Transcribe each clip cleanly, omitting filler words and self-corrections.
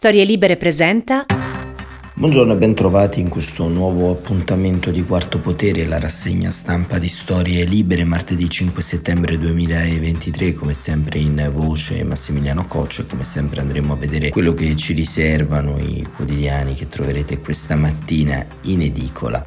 Storie Libere presenta. Buongiorno e ben trovati in questo nuovo appuntamento di Quarto Potere, la rassegna stampa di Storie Libere, martedì 5 settembre 2023, come sempre in voce Massimiliano Coccia, e come sempre andremo a vedere quello che ci riservano i quotidiani che troverete questa mattina in edicola.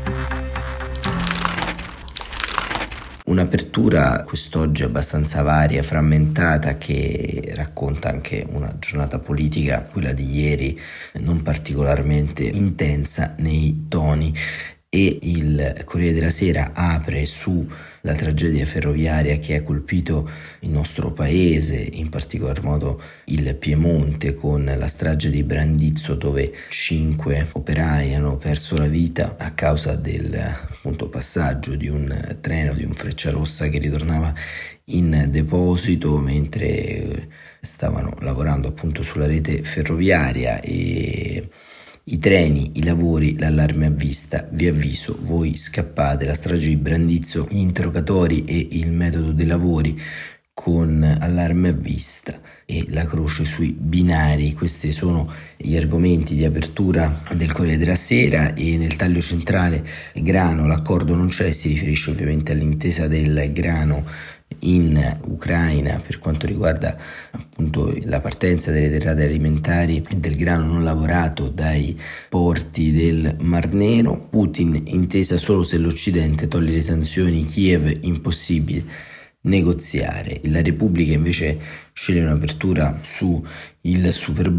Un'apertura quest'oggi abbastanza varia, frammentata, che racconta anche una giornata politica, quella di ieri, non particolarmente intensa nei toni, e il Corriere della Sera apre sulla tragedia ferroviaria che ha colpito il nostro paese, in particolar modo il Piemonte, con la strage di Brandizzo, dove 5 operai hanno perso la vita a causa del passaggio di un treno, di un Frecciarossa che ritornava in deposito mentre stavano lavorando appunto sulla rete ferroviaria. E i treni, i lavori, l'allarme a vista, vi avviso, voi scappate. La strage di Brandizzo, gli interrogatori e il metodo dei lavori con allarme a vista e la croce sui binari. Questi sono gli argomenti di apertura del Corriere della Sera. E nel taglio centrale grano, l'accordo non c'è, si riferisce ovviamente all'intesa del grano in Ucraina per quanto riguarda appunto la partenza delle derrate alimentari e del grano non lavorato dai porti del Mar Nero. Putin, intesa solo se l'Occidente toglie le sanzioni, Kiev impossibile negoziare. La Repubblica invece sceglie un'apertura su il super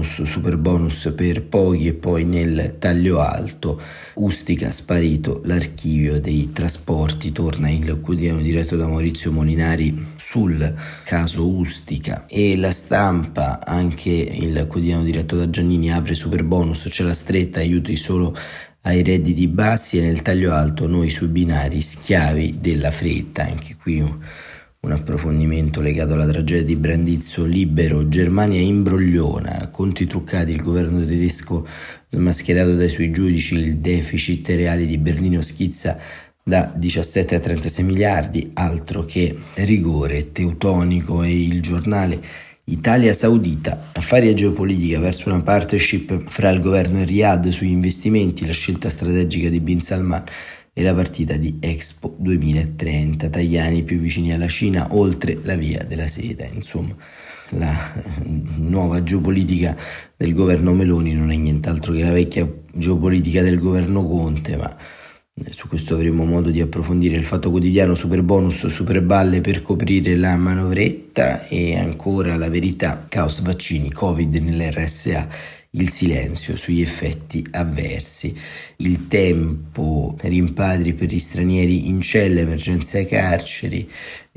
bonus per pochi, e poi nel taglio alto Ustica sparito l'archivio dei trasporti. Torna il quotidiano diretto da Maurizio Molinari sul caso Ustica. E La Stampa, anche il quotidiano diretto da Giannini, apre super bonus, c'è la stretta, aiuti solo ai redditi bassi, e nel taglio alto noi sui binari, schiavi della fretta. Anche qui un approfondimento legato alla tragedia di Brandizzo. Libero, Germania imbrogliona, conti truccati, il governo tedesco smascherato dai suoi giudici, il deficit reale di Berlino schizza da 17 a 36 miliardi, altro che rigore teutonico. E il Giornale, Italia Saudita, affari e geopolitica verso una partnership fra il governo e Riyadh sugli investimenti, la scelta strategica di Bin Salman e la partita di Expo 2030, Tajani più vicini alla Cina, oltre la via della seta. Insomma, la nuova geopolitica del governo Meloni non è nient'altro che la vecchia geopolitica del governo Conte, ma su questo avremo modo di approfondire. Il Fatto Quotidiano, super bonus, super balle per coprire la manovretta. E ancora La Verità, caos vaccini, Covid nell'RSA, il silenzio sugli effetti avversi. Il Tempo, rimpatri per gli stranieri in cella, emergenza ai carceri.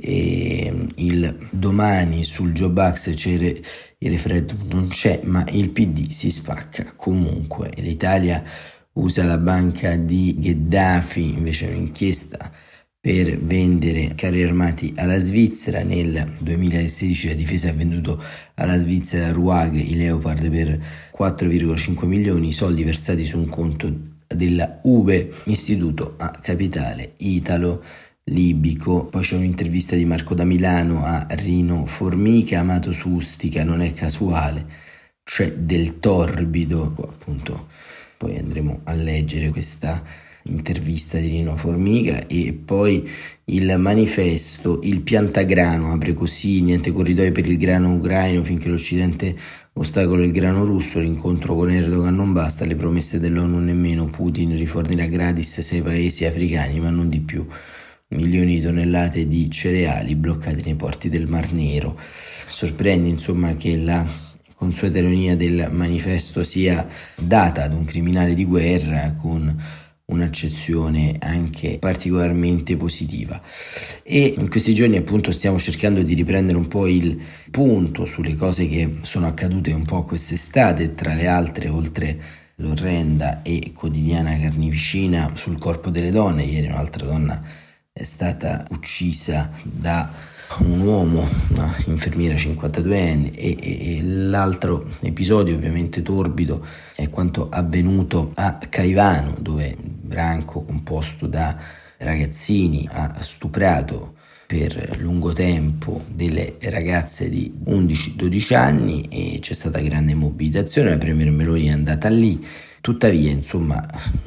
E il Domani, sul Job Act il referendum non c'è, ma il PD si spacca comunque. E l'Italia usa la banca di Gheddafi, invece un'inchiesta per vendere carri armati alla Svizzera. Nel 2016 la difesa ha venduto alla Svizzera RUAG, i Leopard, per 4,5 milioni, soldi versati su un conto della UBE, istituto a capitale italo-libico. Poi c'è un'intervista di Marco da Milano a Rino Formica, amato su Ustica non è casuale, c'è del torbido, appunto. Poi andremo a leggere questa intervista di Rino Formica. E poi il Manifesto, il piantagrano apre così, niente corridoi per il grano ucraino finché l'Occidente ostacola il grano russo, l'incontro con Erdogan non basta, le promesse dell'ONU nemmeno, Putin rifornirà gratis 6 paesi africani ma non di più, milioni di tonnellate di cereali bloccati nei porti del Mar Nero. Sorprende insomma che la consueta ironia del Manifesto sia data ad un criminale di guerra, con un'accezione anche particolarmente positiva. E in questi giorni appunto stiamo cercando di riprendere un po' il punto sulle cose che sono accadute un po' quest'estate, tra le altre, oltre l'orrenda e quotidiana carneficina sul corpo delle donne. Ieri un'altra donna è stata uccisa da un uomo, una infermiera 52enne, e l'altro episodio ovviamente torbido è quanto avvenuto a Caivano, dove branco composto da ragazzini ha stuprato per lungo tempo delle ragazze di 11-12 anni e c'è stata grande mobilitazione, la Premier Meloni è andata lì, tuttavia insomma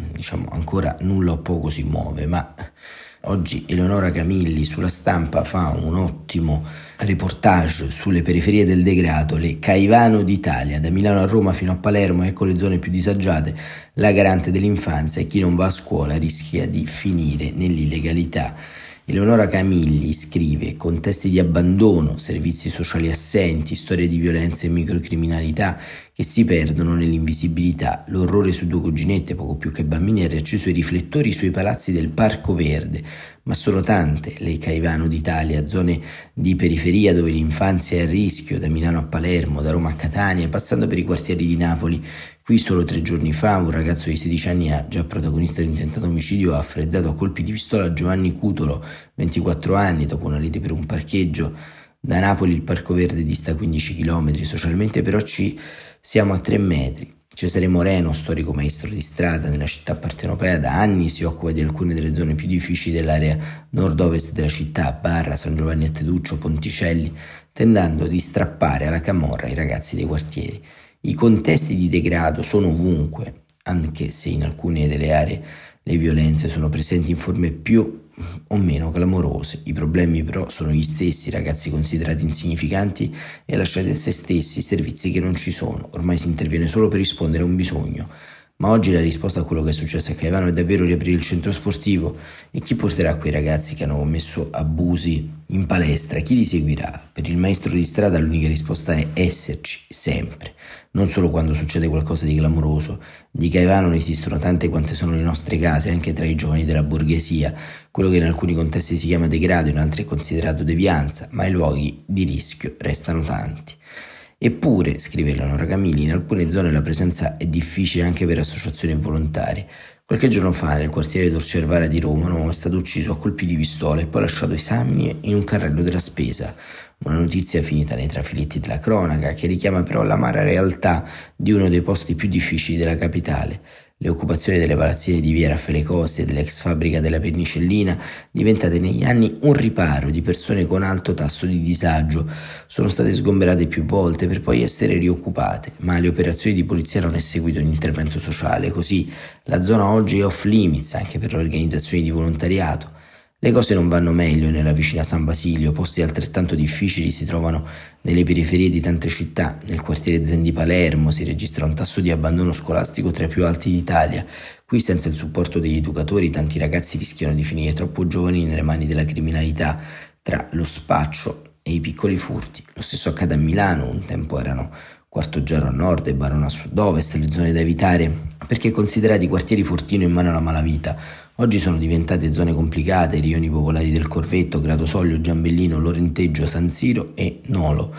ancora nulla o poco si muove, ma oggi Eleonora Camilli sulla Stampa fa un ottimo reportage sulle periferie del degrado, le Caivano d'Italia, da Milano a Roma fino a Palermo, ecco le zone più disagiate, la garante dell'infanzia e chi non va a scuola rischia di finire nell'illegalità. Eleonora Camilli scrive: contesti di abbandono, servizi sociali assenti, storie di violenza e microcriminalità che si perdono nell'invisibilità. L'orrore su due cuginette, poco più che bambini, ha riacceso i riflettori sui palazzi del Parco Verde. Ma sono tante le Caivano d'Italia, zone di periferia dove l'infanzia è a rischio, da Milano a Palermo, da Roma a Catania, passando per i quartieri di Napoli. Qui solo 3 giorni fa un ragazzo di 16 anni, già protagonista di un tentato omicidio, ha freddato a colpi di pistola Giovanni Cutolo, 24 anni, dopo una lite per un parcheggio. Da Napoli il Parco Verde dista 15 km, socialmente però ci siamo a 3 metri. Cesare Moreno, storico maestro di strada nella città partenopea, da anni si occupa di alcune delle zone più difficili dell'area nord-ovest della città, Barra, San Giovanni a Teduccio, Ponticelli, tentando di strappare alla camorra i ragazzi dei quartieri. I contesti di degrado sono ovunque, anche se in alcune delle aree le violenze sono presenti in forme più o meno clamorose. I problemi però sono gli stessi, ragazzi considerati insignificanti e lasciati a se stessi, servizi che non ci sono. Ormai si interviene solo per rispondere a un bisogno. Ma oggi la risposta a quello che è successo a Caivano è davvero riaprire il centro sportivo? E chi porterà quei ragazzi che hanno commesso abusi in palestra? Chi li seguirà? Per il maestro di strada l'unica risposta è esserci, sempre. Non solo quando succede qualcosa di clamoroso. Di Caivano ne esistono tante quante sono le nostre case, anche tra i giovani della borghesia. Quello che in alcuni contesti si chiama degrado, in altri è considerato devianza, ma i luoghi di rischio restano tanti. Eppure, scrive Eleonora Camilli, in alcune zone la presenza è difficile anche per associazioni e volontari. Qualche giorno fa, nel quartiere d'Orcervara di Roma, un uomo è stato ucciso a colpi di pistola e poi lasciato esamine in un carrello della spesa. Una notizia finita nei trafiletti della cronaca, che richiama però l'amara realtà di uno dei posti più difficili della capitale. Le occupazioni delle palazzine di via Raffaele Costi e dell'ex fabbrica della Pernicellina, diventate negli anni un riparo di persone con alto tasso di disagio, sono state sgomberate più volte per poi essere rioccupate, ma alle operazioni di polizia non è seguito un intervento sociale, così la zona oggi è off limits anche per le organizzazioni di volontariato. Le cose non vanno meglio nella vicina San Basilio, posti altrettanto difficili si trovano nelle periferie di tante città. Nel quartiere Zen di Palermo si registra un tasso di abbandono scolastico tra i più alti d'Italia. Qui, senza il supporto degli educatori, tanti ragazzi rischiano di finire troppo giovani nelle mani della criminalità, tra lo spaccio e i piccoli furti. Lo stesso accade a Milano, un tempo erano Quarto Gero a nord e Barona a sud-ovest le zone da evitare perché considerati quartieri fortino in mano alla malavita. Oggi sono diventate zone complicate, i rioni popolari del Corvetto, Gratosoglio, Giambellino, Lorenteggio, San Siro e Nolo.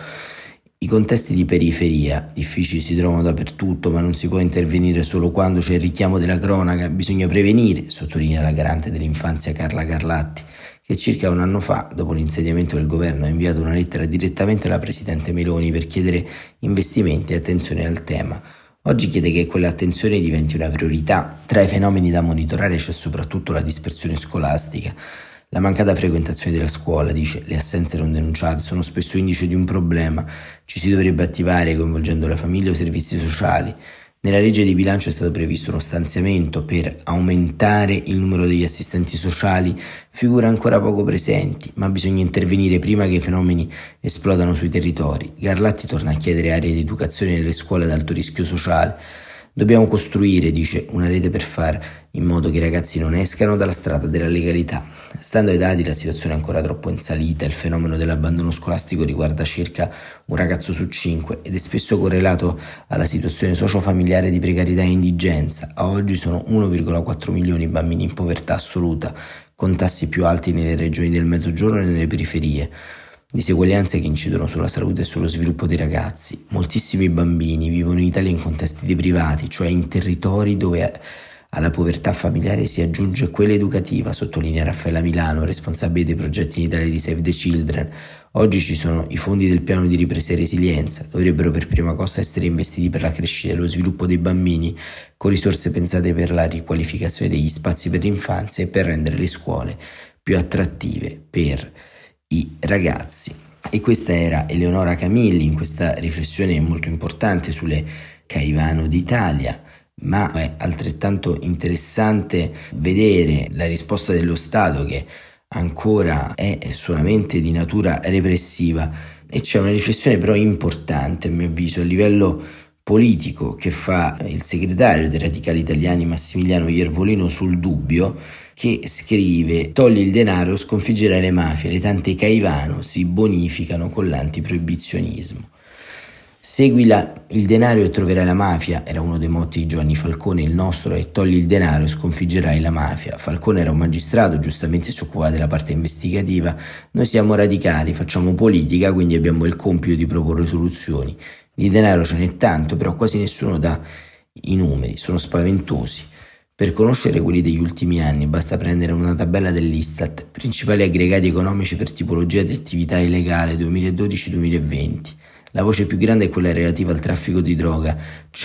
I contesti di periferia difficili si trovano dappertutto, ma non si può intervenire solo quando c'è il richiamo della cronaca, bisogna prevenire, sottolinea la garante dell'infanzia Carla Carlatti, che circa un anno fa, dopo l'insediamento del governo, ha inviato una lettera direttamente alla Presidente Meloni per chiedere investimenti e attenzione al tema. Oggi chiede che quell'attenzione diventi una priorità. Tra i fenomeni da monitorare c'è soprattutto la dispersione scolastica. La mancata frequentazione della scuola, dice, le assenze non denunciate sono spesso indice di un problema. Ci si dovrebbe attivare coinvolgendo la famiglia o i servizi sociali. Nella legge di bilancio è stato previsto uno stanziamento per aumentare il numero degli assistenti sociali, figure ancora poco presenti, ma bisogna intervenire prima che i fenomeni esplodano sui territori. Garlatti torna a chiedere aree di educazione nelle scuole ad alto rischio sociale. Dobbiamo costruire, dice, una rete per far in modo che i ragazzi non escano dalla strada della legalità. Stando ai dati, la situazione è ancora troppo in salita, il fenomeno dell'abbandono scolastico riguarda circa un ragazzo su 5 ed è spesso correlato alla situazione socio-familiare di precarietà e indigenza. A oggi sono 1,4 milioni i bambini in povertà assoluta, con tassi più alti nelle regioni del Mezzogiorno e nelle periferie. Diseguaglianze che incidono sulla salute e sullo sviluppo dei ragazzi. Moltissimi bambini vivono in Italia in contesti deprivati, cioè in territori dove alla povertà familiare si aggiunge quella educativa, sottolinea Raffaella Milano, responsabile dei progetti in Italia di Save the Children. Oggi ci sono i fondi del piano di ripresa e resilienza, dovrebbero per prima cosa essere investiti per la crescita e lo sviluppo dei bambini, con risorse pensate per la riqualificazione degli spazi per l'infanzia e per rendere le scuole più attrattive per i ragazzi. E questa era Eleonora Camilli in questa riflessione molto importante sulle Caivano d'Italia. Ma è altrettanto interessante vedere la risposta dello Stato, che ancora è solamente di natura repressiva, e c'è una riflessione però importante, a mio avviso, a livello politico, che fa il segretario dei Radicali Italiani Massimiliano Iervolino sul Dubbio, che scrive: togli il denaro, sconfiggerai le mafie, le tante Caivano si bonificano con l'antiproibizionismo. Segui il denaro e troverai la mafia, era uno dei motti di Giovanni Falcone. Il nostro è: togli il denaro e sconfiggerai la mafia. Falcone era un magistrato, giustamente si occupava della parte investigativa. Noi siamo radicali, facciamo politica, quindi abbiamo il compito di proporre soluzioni. Di denaro ce n'è tanto, però quasi nessuno dà i numeri, sono spaventosi. Per conoscere quelli degli ultimi anni basta prendere una tabella dell'Istat, principali aggregati economici per tipologia di attività illegale 2012-2020. La voce più grande è quella relativa al traffico di droga,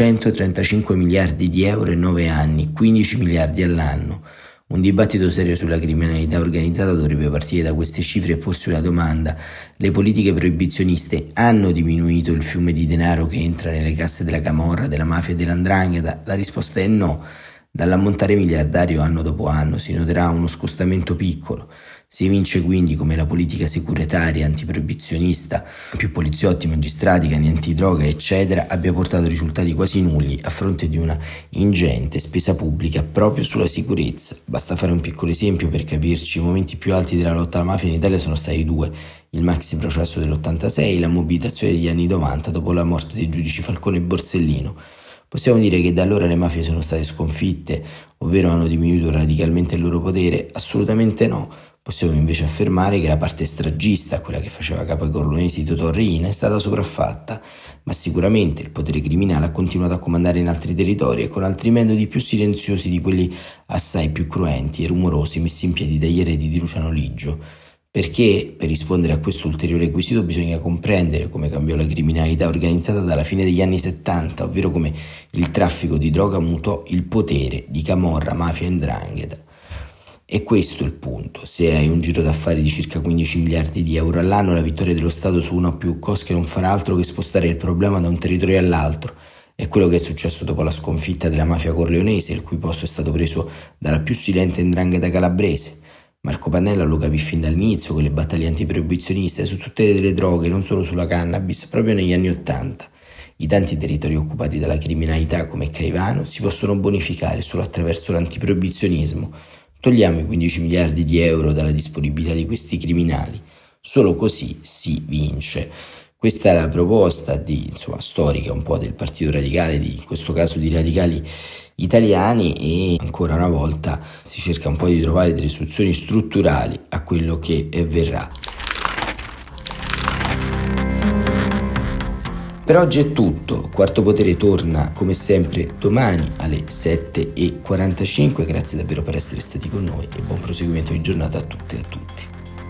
135 miliardi di euro in 9 anni, 15 miliardi all'anno. Un dibattito serio sulla criminalità organizzata dovrebbe partire da queste cifre e porsi una domanda: le politiche proibizioniste hanno diminuito il fiume di denaro che entra nelle casse della camorra, della mafia e dell''ndrangheta? La risposta è no. Dall'ammontare miliardario anno dopo anno si noterà uno scostamento piccolo. Si evince quindi come la politica securitaria antiproibizionista, più poliziotti, magistrati, cani antidroga, eccetera, abbia portato risultati quasi nulli a fronte di una ingente spesa pubblica proprio sulla sicurezza. Basta fare un piccolo esempio per capirci: i momenti più alti della lotta alla mafia in Italia sono stati due: il maxi processo dell'86 e la mobilitazione degli anni 90 dopo la morte dei giudici Falcone e Borsellino. Possiamo dire che da allora le mafie sono state sconfitte, ovvero hanno diminuito radicalmente il loro potere? Assolutamente no. Possiamo invece affermare che la parte stragista, quella che faceva capo ai corleonesi Totò Riina, è stata sopraffatta, ma sicuramente il potere criminale ha continuato a comandare in altri territori e con altri metodi più silenziosi di quelli assai più cruenti e rumorosi messi in piedi dagli eredi di Luciano Liggio. Perché, per rispondere a questo ulteriore quesito, bisogna comprendere come cambiò la criminalità organizzata dalla fine degli anni 70, ovvero come il traffico di droga mutò il potere di camorra, mafia e 'ndrangheta. E questo è il punto: se hai un giro d'affari di circa 15 miliardi di euro all'anno, la vittoria dello Stato su una o più cosche non farà altro che spostare il problema da un territorio all'altro. È quello che è successo dopo la sconfitta della mafia corleonese, il cui posto è stato preso dalla più silente 'ndrangheta calabrese. Marco Pannella lo capì fin dall'inizio con le battaglie antiproibizioniste su tutte le droghe, non solo sulla cannabis, proprio negli anni '80. I tanti territori occupati dalla criminalità come Caivano si possono bonificare solo attraverso l'antiproibizionismo. Togliamo i 15 miliardi di euro dalla disponibilità di questi criminali. Solo così si vince. Questa è la proposta storica un po' del Partito Radicale, in questo caso di Radicali Italiani, e ancora una volta si cerca un po' di trovare delle soluzioni strutturali a quello che verrà. Per oggi è tutto. Quarto Potere torna come sempre domani alle 7:45. Grazie davvero per essere stati con noi e buon proseguimento di giornata a tutte e a tutti.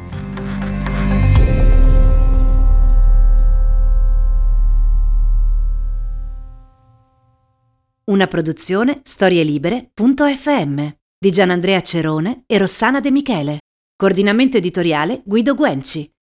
Una produzione storielibere.fm di Gianandrea Cerone e Rossana De Michele. Coordinamento editoriale Guido Guenci.